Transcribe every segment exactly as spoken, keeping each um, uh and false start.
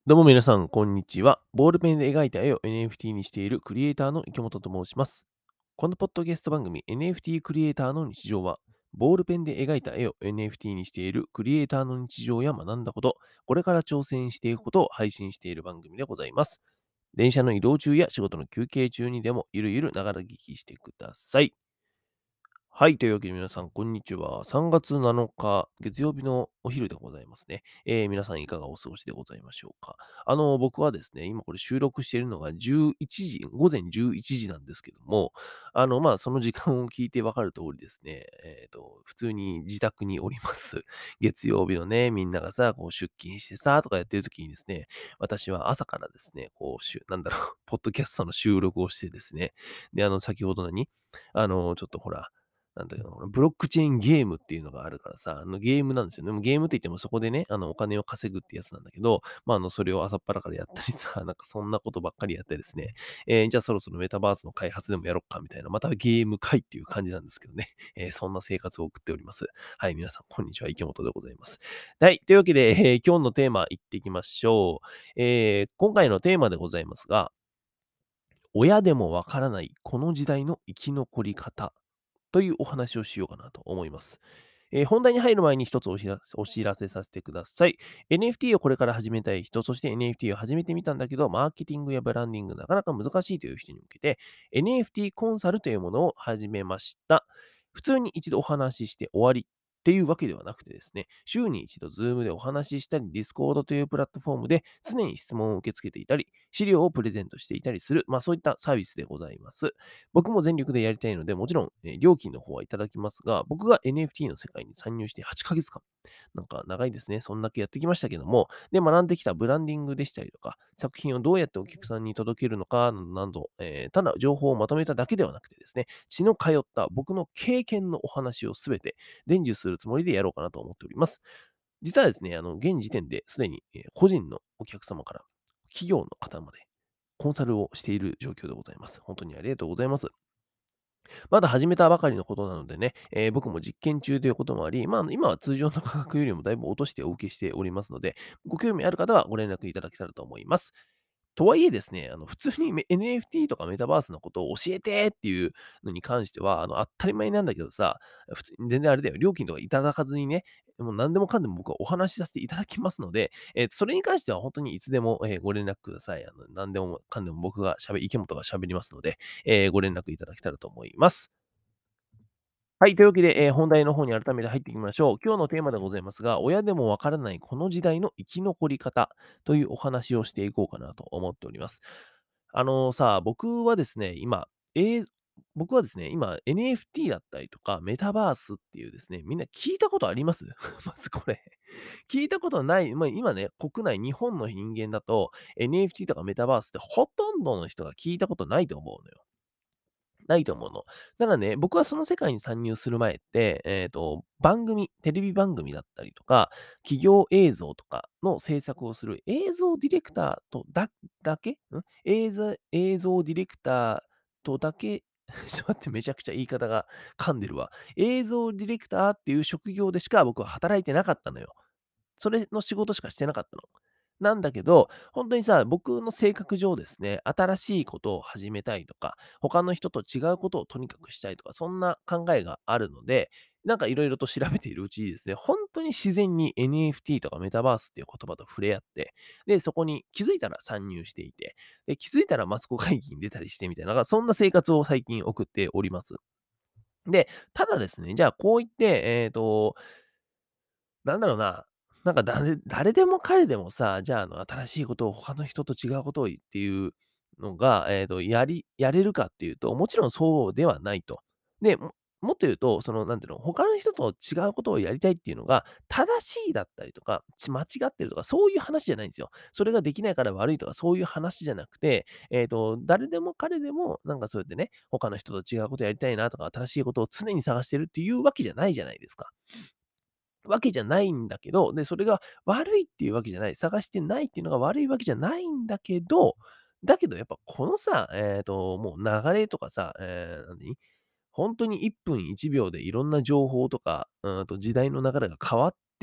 どうも皆さん、こんにちは。ボールペンで描いた絵を エヌエフティー にしているクリエイターの池本と申します。このポッドキャスト番組 エヌエフティー クリエイターの日常は、ボールペンで描いた絵を エヌエフティー にしているクリエイターの日常や学んだこと、これから挑戦していくことを配信している番組でございます。電車の移動中や仕事の休憩中にでもゆるゆるながら聞きしてください。はい。というわけで皆さん、こんにちは。さんがつなのか、月曜日のお昼でございますね。えー皆さんいかがお過ごしでございましょうか。あの、僕はですね、今これ収録しているのがじゅういちじ、午前じゅういちじなんですけども、あの、まあ、その時間を聞いてわかる通りですね、えっと、普通に自宅におります。月曜日のね、みんながさ、こう出勤してさ、とかやってる時にですね、私は朝からですね、こう、しゅなんだろう、ポッドキャストの収録をしてですね、で、あの、先ほどのに、あの、ちょっとほら、なんだよな、ブロックチェーンゲームっていうのがあるからさ、あのゲームなんですよね。もうゲームって言ってもそこでね、あのお金を稼ぐってやつなんだけど、まあ、あの、それを朝っぱらからやったりさ、なんかそんなことばっかりやってですね、えーじゃあそろそろメタバースの開発でもやろっかみたいな、またゲーム会っていう感じなんですけどね、えーそんな生活を送っております。はい、皆さん、こんにちは、池本でございます。はい、というわけで、えー今日のテーマいっていきましょう。えー今回のテーマでございますが、親でもわからないこの時代の生き残り方というお話をしようかなと思います。えー本題に入る前に一つお知らせお知らせさせてください。エヌエフティー をこれから始めたい人、そして エヌエフティー を始めてみたんだけど、マーケティングやブランディングなかなか難しいという人に向けて、エヌエフティー コンサルというものを始めました。普通に一度お話しして終わりっていうわけではなくてですね、週に一度 Zoom でお話ししたり、Discord というプラットフォームで常に質問を受け付けていたり、資料をプレゼントしていたりする、まあそういったサービスでございます。僕も全力でやりたいので、もちろん、えー料金の方はいただきますが、僕が エヌエフティー の世界に参入してはちかげつかん、なんか長いですね。そんだけやってきましたけども、で、学んできたブランディングでしたりとか、作品をどうやってお客さんに届けるのかなど、えーただ情報をまとめただけではなくてですね、血の通った僕の経験のお話をすべて伝授するつもりでやろうかなと思っております。実はですね、あの、現時点ですでに、えー個人のお客様から企業の方までコンサルをしている状況でございます。本当にありがとうございます。まだ始めたばかりのことなのでね、えー僕も実験中ということもあり、まあ、今は通常の価格よりもだいぶ落としてお受けしておりますので、ご興味ある方はご連絡いただけたらと思います。とはいえですね、あの、普通にメ エヌエフティー とかメタバースのことを教えてっていうのに関しては、あの、当たり前なんだけどさ、普通に全然あれだよ、料金とかいただかずにね、もう何でもかんでも僕はお話しさせていただきますので、えーそれに関しては本当にいつでも、えーご連絡ください。あの、何でもかんでも僕が喋り、池本が喋りますので、えーご連絡いただけたらと思います。はい。というわけで、えー本題の方に改めて入っていきましょう。今日のテーマでございますが、親でもわからないこの時代の生き残り方というお話をしていこうかなと思っております。あのさ、僕はですね、今、えー僕はですね、今 エヌエフティー だったりとか、メタバースっていうですね、みんな聞いたことありますまずこれ。聞いたことない、まあ、今ね、国内、日本の人間だと エヌエフティー とかメタバースってほとんどの人が聞いたことないと思うのよ。ないと思うの。ただね、僕はその世界に参入する前って、えっと、番組、テレビ番組だったりとか、企業映像とかの制作をする映像ディレクターとだだけん映像映像ディレクターとだけちょっと待って、めちゃくちゃ言い方が噛んでるわ。映像ディレクターっていう職業でしか僕は働いてなかったのよ。それの仕事しかしてなかったの。なんだけど、本当にさ、僕の性格上ですね、新しいことを始めたいとか、他の人と違うことをとにかくしたいとか、そんな考えがあるので、なんかいろいろと調べているうちにですね、本当に自然に エヌエフティー とかメタバースっていう言葉と触れ合って、で、そこに気づいたら参入していて、で、気づいたらマツコ会議に出たりしてみたいな、なんかそんな生活を最近送っております。で、ただですね、じゃあこう言って、えっとなんだろうな、なんか誰誰でも彼でもさ、じゃあ、あの、新しいことを他の人と違うことをっていうのが、えっと、やりやれるかっていうと、もちろんそうではないと。で、ももっと言うと、その、なんていうの、他の人と違うことをやりたいっていうのが、正しいだったりとか、ち間違ってるとか、そういう話じゃないんですよ。それができないから悪いとか、そういう話じゃなくて、えっと、誰でも彼でも、なんかそうやってね、他の人と違うことやりたいなとか、新しいことを常に探してるっていうわけじゃないじゃないですか。わけじゃないんだけど、で、それが悪いっていうわけじゃない、探してないっていうのが悪いわけじゃないんだけど、だけどやっぱこのさ、えっと、もう流れとかさ、えー何ほんとにいっぷんいちびょうでいろんな情報とか、うんと時代の流れが変わってっ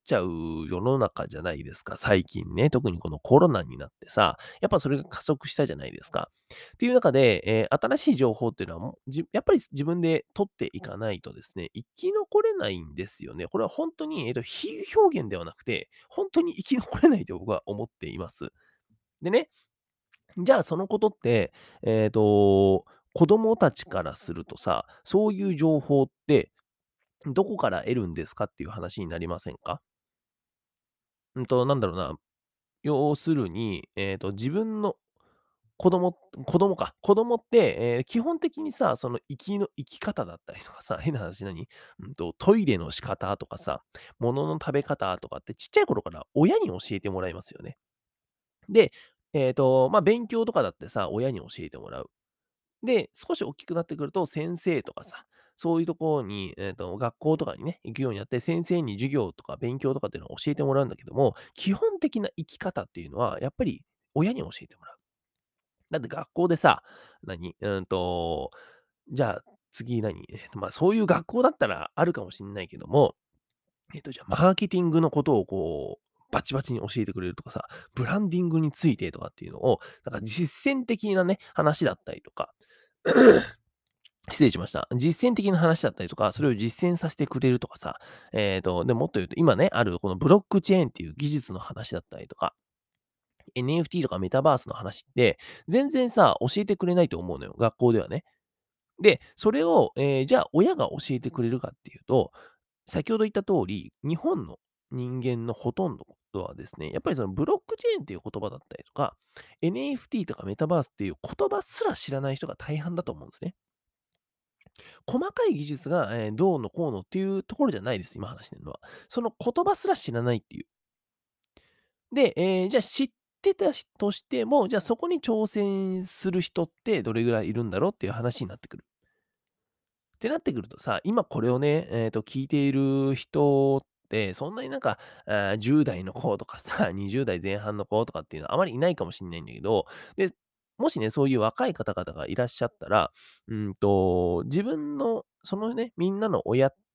ちゃう世の中じゃないですか、最近ね。特にこのコロナになってさ、やっぱそれが加速したじゃないですか。っていう中で、えー新しい情報っていうのは、もう、じやっぱり自分で取っていかないとですね、生き残れないんですよね。これは本当に、えっと、比喩表現ではなくて、本当に生き残れないと僕は思っています。でね、じゃあそのことって、えっと、子供たちからするとさ、そういう情報ってどこから得るんですかっていう話になりませんか？うんと、なんだろうな、要するに、えっと、自分の子供子供か。子供って、えー基本的にさ、その生きの生き方だったりとかさ、変な話何、うんと、トイレの仕方とかさ、物の食べ方とかってちっちゃい頃から親に教えてもらいますよね。で、えっと、ま、勉強とかだってさ、親に教えてもらう。で、少し大きくなってくると先生とかさ、そういうところに、えっと、学校とかにね、行くようになって、先生に授業とか勉強とかっていうのを教えてもらうんだけども、基本的な生き方っていうのは、やっぱり親に教えてもらう。だって学校でさ、何、うんと、じゃあ次何、えっと、ま、そういう学校だったらあるかもしんないけども、えっと、じゃあマーケティングのことをこう、バチバチに教えてくれるとかさ、ブランディングについてとかっていうのを、なんか実践的なね、話だったりとか失礼しました。実践的な話だったりとか、それを実践させてくれるとかさ、えっと、で、もっと言うと、今ね、あるこのブロックチェーンっていう技術の話だったりとか、エヌエフティー とかメタバースの話って、全然さ、教えてくれないと思うのよ、学校ではね。で、それを、えーじゃあ親が教えてくれるかっていうと、先ほど言った通り、日本の人間のほとんどはですね、やっぱりそのブロックチェーンっていう言葉だったりとか、エヌエフティー とかメタバースっていう言葉すら知らない人が大半だと思うんですね。細かい技術が、えーどうのこうのっていうところじゃないです、今話してるのは。その言葉すら知らないっていう。で、えーじゃあ知ってたしとしても、じゃあそこに挑戦する人ってどれぐらいいるんだろうっていう話になってくる。ってなってくるとさ、今これをね、えっと、聞いている人って、そんなになんか、あーじゅう代の子とかさ、にじゅう代前半の子とかっていうのはあまりいないかもしれないんだけど、で、もしね、そういう若い方々がいらっしゃったら、うんと、自分の、そのね、みんなの親って、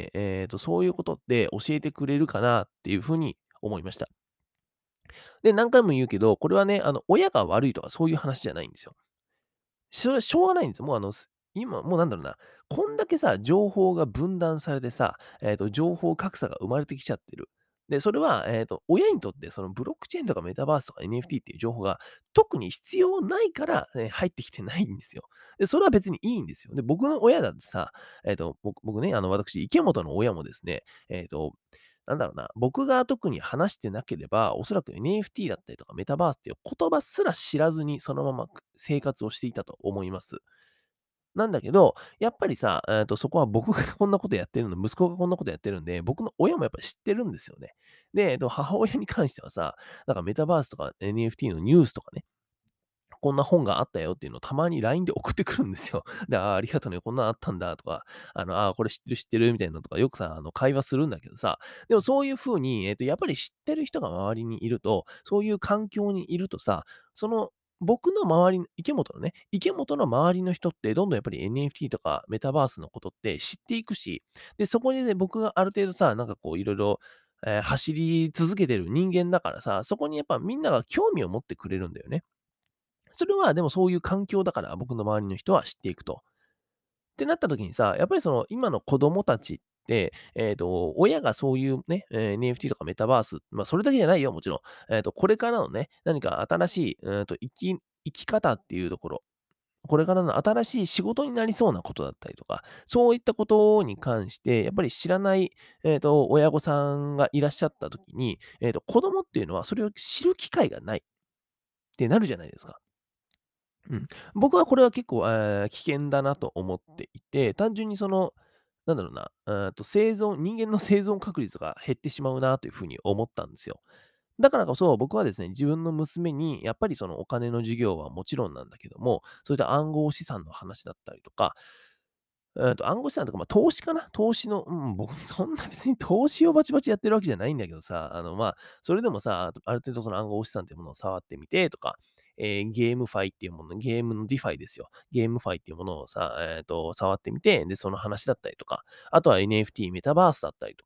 えっと、そういうことって教えてくれるかなっていうふうに思いました。で、何回も言うけど、これはね、あの、親が悪いとかそういう話じゃないんですよ。それはしょうがないんですよ。もうあの、す今、もうなんだろうな、こんだけさ、情報が分断されてさ、えっと、情報格差が生まれてきちゃってる。で、それは、えっと、親にとってそのブロックチェーンとかメタバースとか エヌエフティー っていう情報が特に必要ないから、え、入ってきてないんですよ。で、それは別にいいんですよ。で、僕の親だってさ、えっと、僕僕ね、あの、私、池本の親もですね、えっと、なんだろうな、僕が特に話してなければ、おそらく エヌエフティー だったりとかメタバースっていう言葉すら知らずにそのまま生活をしていたと思います。なんだけど、やっぱりさ、えっと、そこは僕がこんなことやってるの、息子がこんなことやってるんで、僕の親もやっぱり知ってるんですよね。で、えっと、母親に関してはさ、なんかメタバースとか エヌエフティー のニュースとかね、こんな本があったよっていうのをたまに ライン で送ってくるんですよ。で、ああ、ありがとうね、こんなんあったんだとか、あの、ああ、これ知ってる知ってるみたいなのとか、よくさ、あの、会話するんだけどさ、でもそういう風に、えっと、やっぱり知ってる人が周りにいると、そういう環境にいるとさ、その、僕の周りの池本のね、池本の周りの人ってどんどんやっぱり エヌエフティー とかメタバースのことって知っていくし、で、そこでね、僕がある程度さ、なんかこういろいろ、えー走り続けてる人間だからさ、そこにやっぱみんなが興味を持ってくれるんだよね。それはでもそういう環境だから、僕の周りの人は知っていくと。ってなった時にさ、やっぱりその今の子供たちって、えっと、親がそういうね、えー エヌエフティー とかメタバース、ま、それだけじゃないよ、もちろん。えっと、これからのね、何か新しい、うんと、生き生き方っていうところ、これからの新しい仕事になりそうなことだったりとか、そういったことに関して、やっぱり知らない、えっと、親御さんがいらっしゃった時に、えっと、子供っていうのはそれを知る機会がないってなるじゃないですか。うん。僕はこれは結構、えー危険だなと思っていて、単純にその、なんだろうな、うーんと生存人間の生存確率が減ってしまうなというふうに思ったんですよ。だからこそ、僕はですね、自分の娘にやっぱりそのお金の授業はもちろんなんだけども、そういった暗号資産の話だったりとか、えっと、暗号資産とか、まあ、投資かな投資の、うん、僕そんな別に投資をバチバチやってるわけじゃないんだけどさ、あの、まあ、それでもさ、ある程度その暗号資産っていうものを触ってみてとか、えーゲームファイっていうもの、ゲームのディファイですよ。ゲームファイっていうものをさ、えっと、触ってみて、で、その話だったりとか、あとは エヌエフティー、メタバースだったりとか、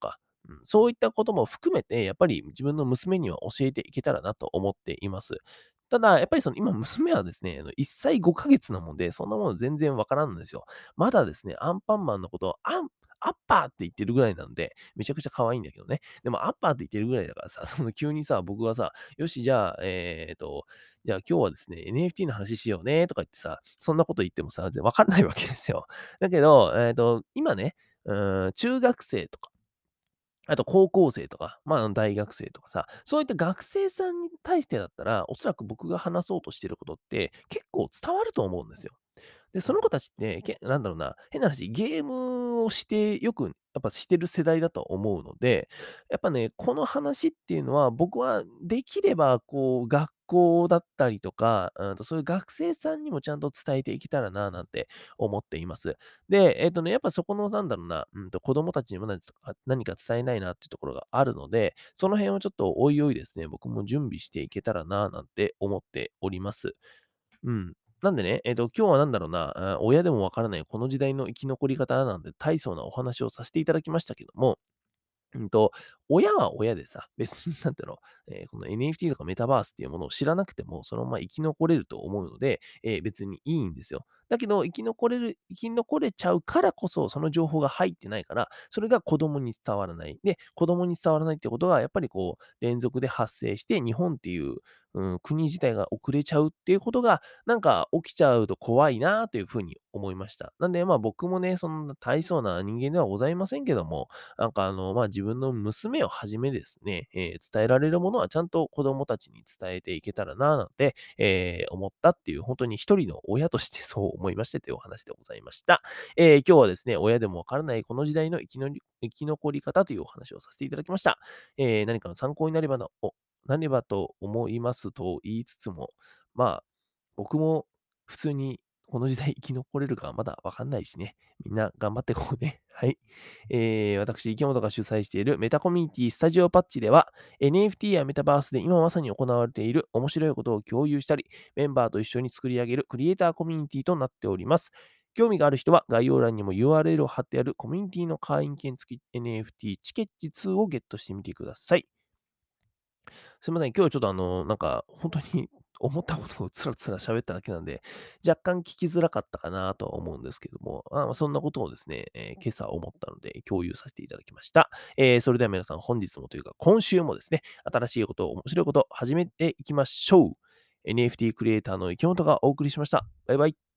うん、そういったことも含めて、やっぱり自分の娘には教えていけたらなと思っています。ただ、やっぱりその今娘はですね、あのいっさいごかげつなもんで、そんなもの全然わからんのですよ。まだですね、アンパンマンのことをアンアッパーって言ってるぐらいなんで、めちゃくちゃ可愛いんだけどね。でもアッパーって言ってるぐらいだからさ、その急にさ、僕がさ、よし、じゃあ、えっと、じゃあ今日はですね、エヌエフティー の話しようねとか言ってさ、そんなこと言ってもさ、わかんないわけですよ。だけど、えっと、今ね、うーん、中学生とか、あと高校生とか、まあ、大学生とかさ、そういった学生さんに対してだったら、おそらく僕が話そうとしてることって結構伝わると思うんですよ。で、その子たちって、けなんだろうな、変な話、ゲームをしてよく、やっぱしてる世代だと思うので、やっぱね、この話っていうのは、僕はできれば、こう、学校だったりとか、うんと、そういう学生さんにもちゃんと伝えていけたらな、なんて思っています。で、えっとね、やっぱそこの、なんだろうな、うんと、子供たちにも何か何か伝えないなっていうところがあるので、その辺をちょっとおいおいですね、僕も準備していけたらな、なんて思っております。うん。なんでね、えっと、今日はなんだろうな、あ、親でもわからないこの時代の生き残り方なんて大層なお話をさせていただきましたけども、うんと、親は親でさ、別になんていうの、えーこの エヌエフティー とかメタバースっていうものを知らなくても、そのまま生き残れると思うので、えー別にいいんですよ。だけど、生き残れる、生き残れちゃうからこそ、その情報が入ってないから、それが子供に伝わらない。で、子供に伝わらないってことが、やっぱりこう、連続で発生して、日本っていう、うん、国自体が遅れちゃうっていうことが、なんか起きちゃうと怖いなというふうに思いました。なんで、まあ僕もね、そんな大層な人間ではございませんけども、なんかあの、まあ、自分の娘をはじめですね、えー伝えられるものはちゃんと子供たちに伝えていけたらな、なんて、えー思ったっていう、本当に一人の親としてそう思いましてというお話でございました。えー今日はですね、親でもわからないこの時代の生きのり生き残り方というお話をさせていただきました。えー何かの参考になればなおなればと思いますと言いつつも、まあ、僕も普通にこの時代生き残れるかまだわかんないしね。みんな頑張っていこうね。はい。えー、私、池本が主催しているメタコミュニティスタジオパッチでは、エヌエフティー やメタバースで今まさに行われている面白いことを共有したり、メンバーと一緒に作り上げるクリエイターコミュニティとなっております。興味がある人は概要欄にも ユーアールエル を貼ってあるコミュニティの会員権付き エヌエフティー チケッチツーをゲットしてみてください。すいません、今日はちょっとあの、なんか、本当に思ったことをつらつら喋っただけなんで、若干聞きづらかったかなとは思うんですけども、あま、そんなことをですね、えー今朝思ったので共有させていただきました。えーそれでは皆さん本日もというか、今週もですね、新しいこと、面白いことを始めていきましょう。エヌエフティー クリエイターの池本がお送りしました。バイバイ。